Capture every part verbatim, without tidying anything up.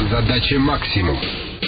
Задача максимум.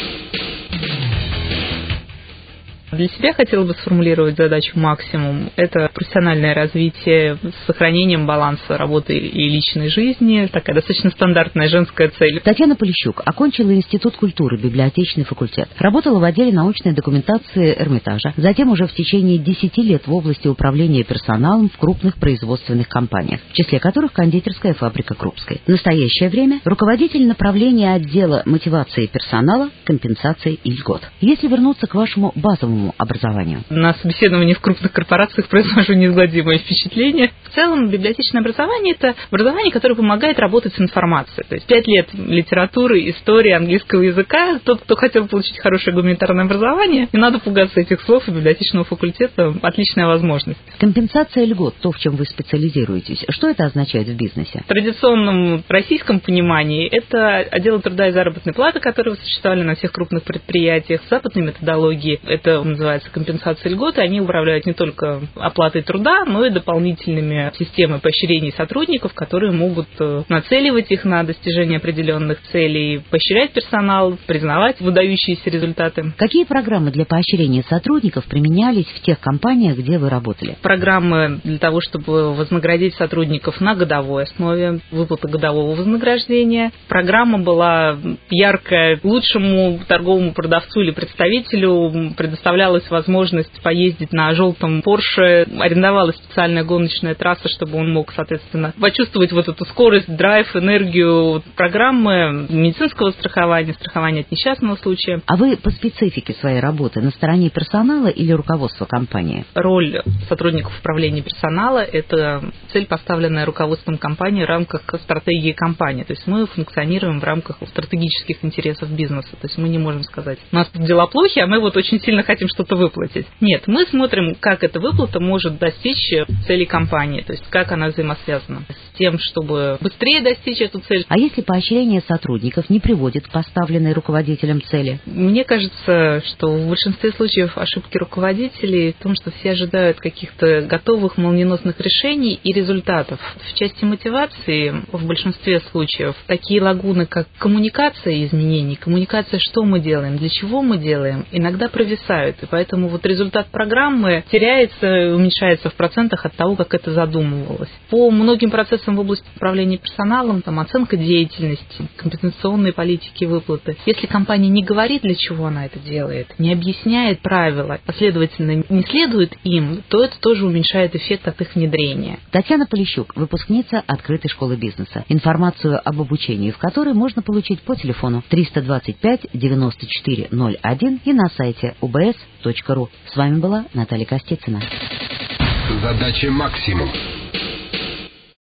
Для себя хотела бы сформулировать задачу максимум. Это профессиональное развитие с сохранением баланса работы и личной жизни. Такая достаточно стандартная женская цель. Татьяна Полищук окончила Институт культуры, библиотечный факультет. Работала в отделе научной документации Эрмитажа. Затем уже в течение десяти лет в области управления персоналом в крупных производственных компаниях, в числе которых кондитерская фабрика Крупской. В настоящее время руководитель направления отдела мотивации персонала, компенсации и льгот. Если вернуться к вашему базовому образованию. На собеседовании в крупных корпорациях произношу неизгладимое впечатление. В целом, библиотечное образование – это образование, которое помогает работать с информацией. То есть пять лет литературы, истории, английского языка. Тот, кто хотел получить хорошее гуманитарное образование, не надо пугаться этих слов, и библиотечного факультета – отличная возможность. Компенсация льгот, то, в чем вы специализируетесь, что это означает в бизнесе? В традиционном российском понимании это отделы труда и заработной платы, которые существовали на всех крупных предприятиях. В западной методологии это называется компенсация льготы. Они управляют не только оплатой труда, но и дополнительными системами поощрений сотрудников, которые могут нацеливать их на достижение определенных целей, поощрять персонал, признавать выдающиеся результаты. Какие программы для поощрения сотрудников применялись в тех компаниях, где вы работали? Программы для того, чтобы вознаградить сотрудников на годовой основе, выплата годового вознаграждения. Программа была яркая. Лучшему торговому продавцу или представителю предоставлялась возможность поездить на желтом Порше, арендовалась специальная гоночная трасса, чтобы он мог, соответственно, почувствовать вот эту скорость, драйв, энергию. Программы медицинского страхования, страхования от несчастного случая. А вы по специфике своей работы на стороне персонала или руководства компании? Роль сотрудников управления персонала – это цель, поставленная руководством компании в рамках стратегии компании. То есть мы функционируем в рамках стратегических интересов бизнеса. То есть мы не можем сказать, у нас тут дела плохи, а мы вот очень сильно хотим что-то выплатить. Нет, мы смотрим, как эта выплата может достичь целей компании, то есть как она взаимосвязана с тем, чтобы быстрее достичь эту цель. А если поощрение сотрудников не приводит к поставленной руководителем цели? Мне кажется, что в большинстве случаев ошибки руководителей в том, что все ожидают каких-то готовых молниеносных решений и результатов. В части мотивации в большинстве случаев такие лагуны, как коммуникация изменений, коммуникация, что мы делаем, для чего мы делаем, иногда провисают. И поэтому вот результат программы теряется, уменьшается в процентах от того, как это задумывалось. По многим процессам в области управления персоналом, там оценка деятельности, компенсационные политики, выплаты. Если компания не говорит, для чего она это делает, не объясняет правила, последовательно не следует им, то это тоже уменьшает эффект от их внедрения. Татьяна Полищук, выпускница Открытой школы бизнеса. Информацию об обучении в которой можно получить по телефону триста двадцать пять девяносто четыре ноль один и на сайте у бэ эс точка ру. С вами была Наталья Костицына. Задача максимум.